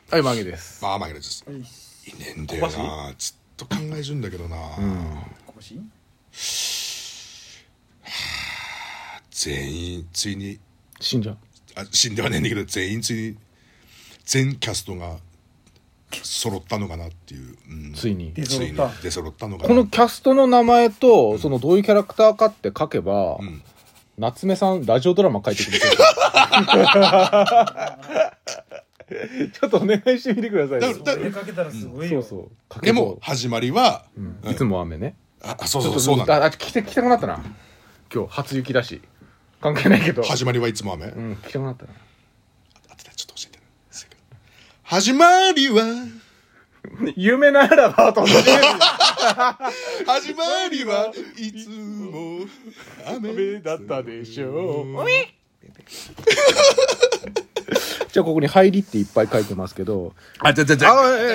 はい、マゲです。 マゲです。いねんだよな。ずっと考えるんだけどな。全員ついに死んじゃう。 死んではねえんだけど、全員ついに全キャストが揃ったのかなっていう、 ついに出揃ったのかな。 このキャストの名前と、そのどういうキャラクターかって書けば、夏目さんラジオドラマ書いてくれてるちょっとお願いしてみてください。 それかけたらすごいよ。 そうでも始まりは、 いつも雨ね。 そうなんだ。 来たくなったな。今日初雪だし関係ないけど。 始まりはいつも雨。 来たくなったな。 あとでちょっと教えて。始まりは夢ならばと同じ始まりはいつも雨だったでしょう。じゃあここに入りっていっぱい書いてますけど、 これ違うんすか？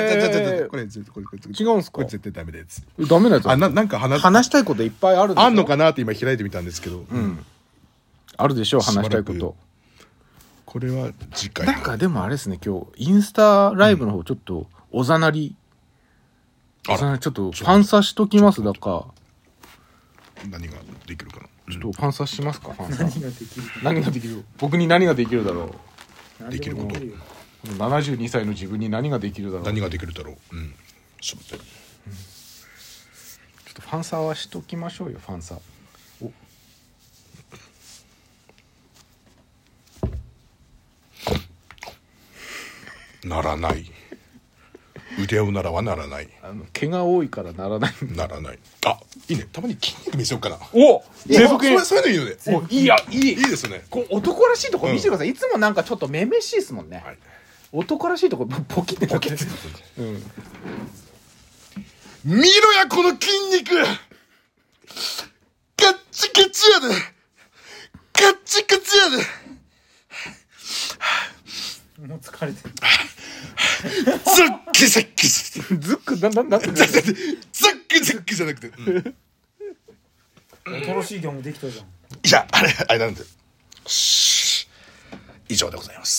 これ絶対ダメなやつ。 ダメなやつ。 なんか話したいこといっぱいあるんでしょ。 あんのかなって今開いてみたんですけど、 あるでしょう、話したいこと。 これは次回。 なんかでもあれですね、今日インスタライブの方ちょっとおざなり、ちょっとファンサしときます。だか何ができるかな。 ちょっとファンサしますか。ファンサ何ができる。僕に何ができるだろう。できること。 72歳の自分に何ができるだろう。 何ができるだろう。ちょっとファンサはしときましょうよ。ファンサ。 ならない。腕をならはならない。 毛が多いからならない。 ならない。あ、いいね。たまに筋肉見せようかな。 お、 そういうのいいよね。 いいですね。 こう男らしいとこ見せてください。いつもなんかちょっとめめしいですもんね。男らしいとこポキってポキって。 見ろやこの筋肉。ガッチガチやで。ガッチガチやで。 もう疲れてる。 ザッキザッキズックなんてザッキザッキじゃなくて、 恐ろしい業務できたじゃん。 いやあれなんで以上でございます。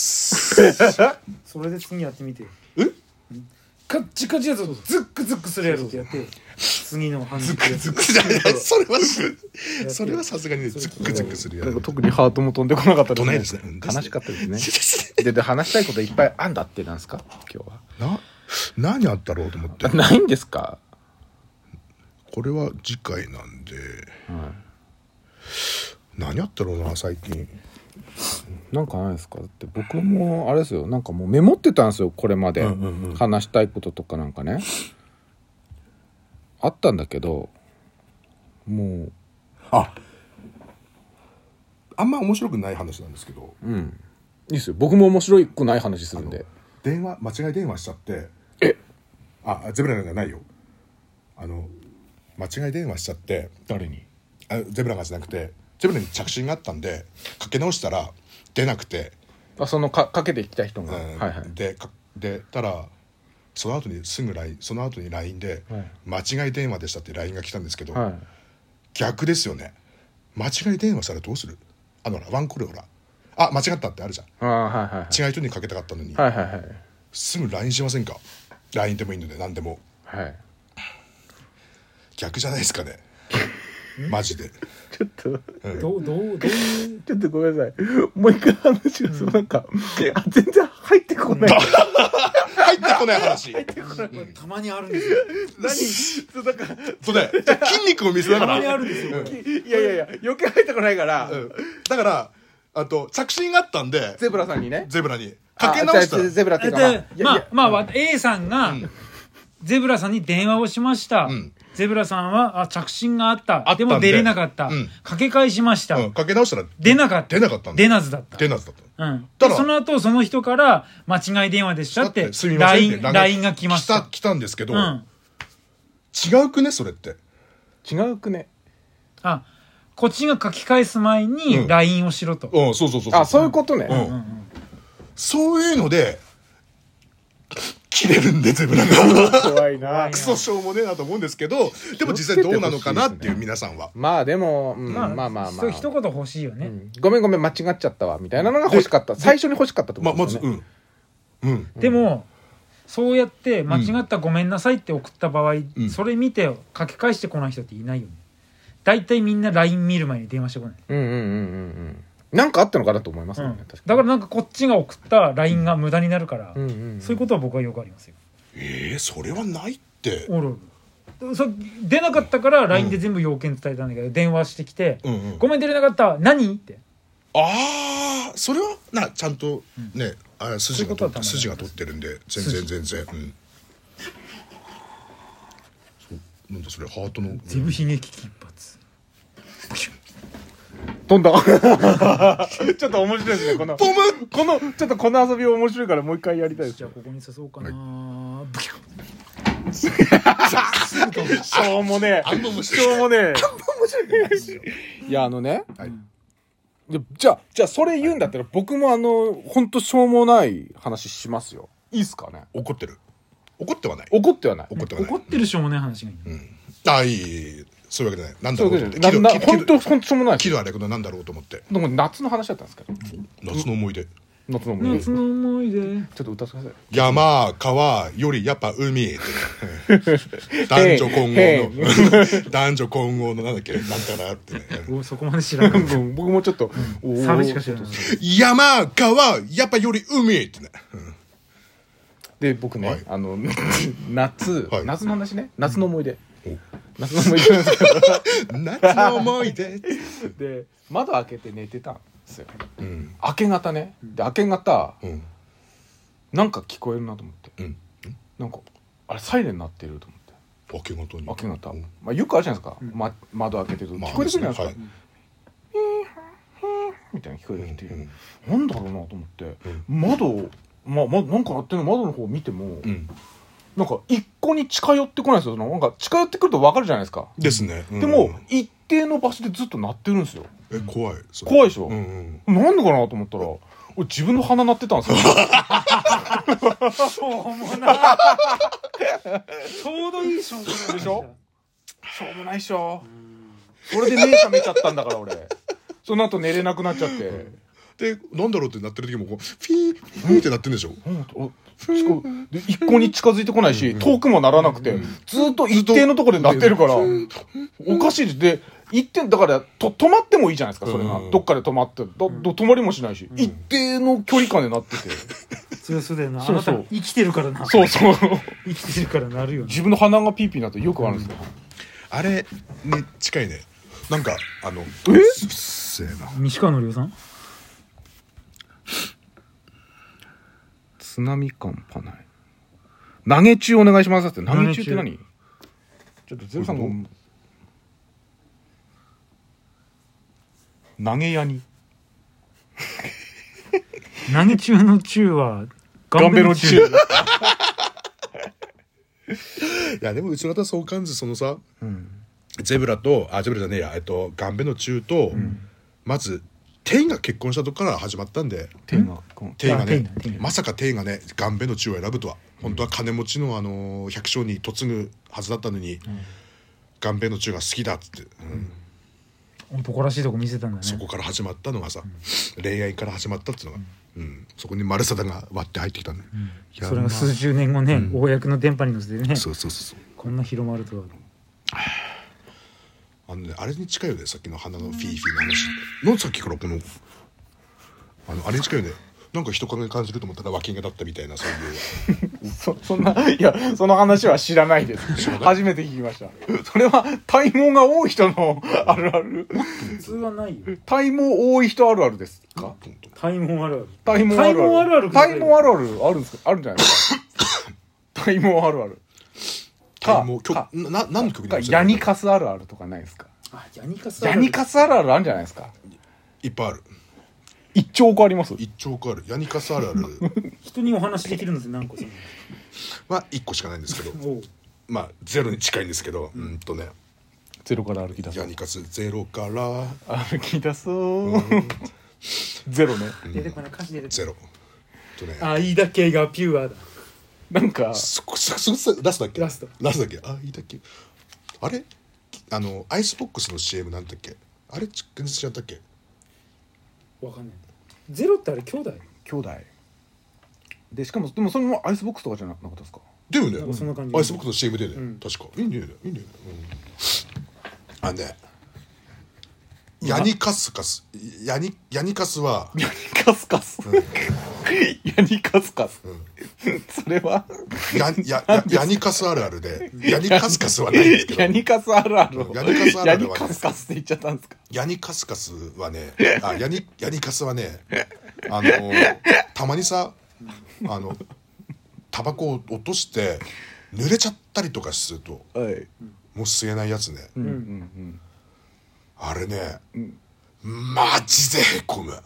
それで次やってみて。カッチカチやつをズックズックするやつってやって次の反ズックズックじゃない。それはさすがにね、ズックズックするやつ。 特にハートも飛んでこなかったですね。 ないですね。 悲しかったですね。で話したいこといっぱいあんだってなんですか今日は。 何あったろうと思って。 ないんですか。 これは次回なんで、何あったろうな最近。 なんかないですか。だって僕もあれですよ、なんかもうメモってたんですよこれまで、話したいこととかなんかねあったんだけど、もうあんま面白くない話なんですけど、 いいですよ。僕も面白くない話するんで。 間違い電話しちゃって、ゼブラなんかないよ。間違い電話しちゃって。 誰に？ ゼブラがじゃなくて、ゼブラに着信があったんでかけ直したら出なくて、 そのかけてきた人が、 でたらその後に LINE で、間違い電話でしたって LINE が来たんですけど、逆ですよね。間違い電話したらどうする？ワンコールほら間違ったってあるじゃん。違う人にかけたかったのに、すぐ LINE しませんか？ LINE でもいいので何でも、逆じゃないですかね。マジでちょっとどうちょっとごめんなさい。もう一回話がなんか全然入ってこない。 入ってこない話。 たまにあるんですよ。 なんかそうだよ。筋肉を見せながら。 たまにあるんですよ。 いや余計入ってこないから。 だから着信があったんで、 ゼブラさんにね。 ゼブラにかけ直したら。 ゼブラっていうかA さんがゼブラさんに電話をしました。ゼブラさんは着信があった。でも出れなかった。かけ返しました。 かけ直したら出なかった。 出なずだった。 その後その人から間違い電話でしたって LINE が来ました。 来たんですけど、違うくねそれって。 違うくね。 こっちが書き返す前に LINE をしろと。 そう。 そういうことね。 そういうので切れるんでゼブラが。 怖いな。 クソしょうもねえなと思うんですけど、でも実際どうなのかなっていう皆さんは。 まあでも一言欲しいよね。 ごめん間違っちゃったわみたいなのが欲しかった。最初に欲しかったってことですね。 でもそうやって間違ったごめんなさいって送った場合、 うんそれ見て書き返してこない人っていないよね。大体みんな LINE 見る前に電話してこない、 うんうんうんうんうんなんかあったのかなと思いますよね、確かに。 だからなんかこっちが送った LINE が無駄になるから、 うんうんそういうことは僕はよくありますよ。 それはないっておる出なかったから LINE で全部要件伝えたんだけど、電話してきて、ごめん出れなかった何ってああそれはちゃんとね、筋がそういうことはたまに筋が取ってるんで全然そうなんだそれハートのゼブ悲劇一発飛んだちょっと面白いですねこのちょっとこの遊び面白いからもう一回やりたいです。 じゃあここに刺そうかな、ブキュンしょうもねえしょうもねえいやね、 はい、 じゃあそれ言うんだったら僕もほんとしょうもない話しますよ。いいっすかね。 怒ってる怒ってはない怒ってはない怒ってはない怒ってるしょうもない話がいい、 いいそういうわけじゃないなんだろうと思ってほんとしょうもない喜怒哀楽のなんだろうと思ってでも夏の話だったんですけど夏の思い出夏の思い出ちょっと歌ってください。 山川よりやっぱ海って男女混合の男女混合のなんだっけなんたらってねそこまで知らない僕もちょっとサビしか知らない山川やっぱより海ってねで僕ね、 はい夏の話ね夏の思い出夏の思い出なんですけど夏の思い出で窓開けて寝てたんですよ、明け方ねで明け方、なんか聞こえるなと思って、なんかあれサイレン鳴ってると思って明け方に明け方、よくあるじゃないですか、窓開けてると聞こえてくるじゃないですか、みたいな聞こえてきて、なんだろうなと思って、窓なんか鳴ってる窓の方を見ても、なんか一向に近寄ってこないんですよ。なんか近寄ってくると分かるじゃないですか。 ですね。 でも一定の場所でずっと鳴ってるんですよ。 怖い。 怖いでしょ。なんでかなと思ったら、俺自分の鼻鳴ってたんですよ。 しょうもない。ちょうどいいしょうもないでしょ。しょうもないっしょ。それで目覚めちゃったんだから俺。その後寝れなくなっちゃって。 でなんだろうってなってる時もこうフィーってなってるんでしょ。 で一向に近づいてこないし、遠くもならなくて、ずっと一定のところで鳴ってるから、おかしいです。で、一定、だから止まってもいいじゃないですか、それが。どっかで止まって、止まりもしないし、一定の距離感で鳴ってて。 そうだよな。あなた生きてるからな。 そう。生きてるからなるよね。 自分の鼻がピーピーなってよくあるんですよ。 あれに近いね。なんか、うっせえな。 西川のりおさん津波感パない投げ中お願いしますって投げ中って何ちょっとゼロさんが投げ屋に投げ中の中はガンベの中いやでもうちの方相関図そのさ、ゼブラじゃねえやガンベの中と、まずテイが結婚したとこから始まったんで、テイがねまさかテイがねガンベの中を選ぶとは、本当は金持ちの百姓に嫁ぐはずだったのに、ガンベの中が好きだっつって、 男らしいとこ見せたんだね。 そこから始まったのがさ、恋愛から始まったっていうのが、そこに丸貞が割って入ってきたんで、 それが数十年後ね、公の電波に乗せてね、 そうこんな広まるとは。 あれに近いよね、さっきの花のフィーフィーの話のさっきからこのあれに近いよね。なんか人影感じると思ったら脇毛だったみたいな、そういうそんないやその話は知らないです。初めて聞きました。それは体毛が多い人のあるある。 普通はないよ。 体毛多い人あるあるですか。 体毛あるある。 体毛あるある。体毛あるあるあるんですか。あるんじゃないですか。体毛あるある。 何の曲にヤニカスあるあるとかないですか。 ヤニカスあるあるあるんじゃないですか。 いっぱいある。 1兆個あります。 1兆個ある。ヤニカスあるある。 人にお話できるのって何個？ まあ1個しかないんですけど、まあゼロに近いんですけど、 ゼロから歩き出そう。 ヤニカスゼロから歩き出そう。ゼロね。 出てこない歌詞出てこない。 ゼロ。 愛だけがピュアだ。 なんかラストだっけ？ラストだっけ？愛だけ。あれ？アイスボックスの CM なんだっけ？あれ全然違ったっけ？ わかんない。ゼロってあれ兄弟？ 兄弟。 でしかもでもそれもアイスボックスとかじゃなかったですか？ だよね、 なんかそんな感じアイスボックスの CM でね、 うん確かいいんだよね、いいんだよね、あのね、ヤニカスカス、ヤニカスはヤニカスカス、ヤニカスカス、それはヤニカスあるあるで、ヤニカスカスはないんですけど、 ヤニカスあるあるをヤニカスあるあるはね、 ヤニカスカスって言っちゃったんですか？ ヤニカスカスはね、ヤニカスはね、たまにさ、タバコを落として濡れちゃったりとかすると、 はい、 もう吸えないやつね、 うんうんうん、 あれね、マジでへこむ。びっ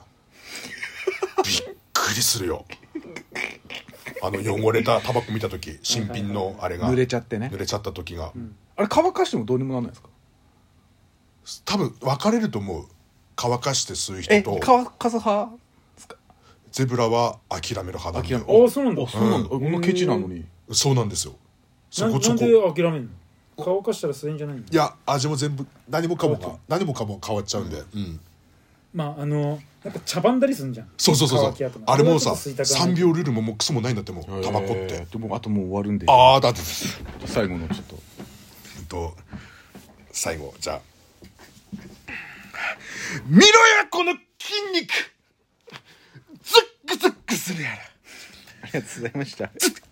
くりするよ。汚れたタバコ見た時、新品のあれが濡れちゃってね、 濡れちゃった時が、 あれ乾かしてもどうにもならないですか？ 多分分かれると思う。乾かして吸う人と乾かす派ですか？ ゼブラは諦める派なんだよ。 ああそうなんだ。 そうなんだ、こんなケチなのに。 そうなんですよ。 なんで諦めんの？乾かしたら吸えんじゃないの？ いや、味も全部何もかも変わっちゃうんで、 まあやっぱ茶番だりすんじゃん。 そうあれもさ、3秒ルールもクソもないんだって、もうタバコって。 でもあともう終わるんで、 ああだって最後のちょっと最後じゃあ、見ろやこの筋肉、ズックズックするやろ。 ありがとうございました。 ズッ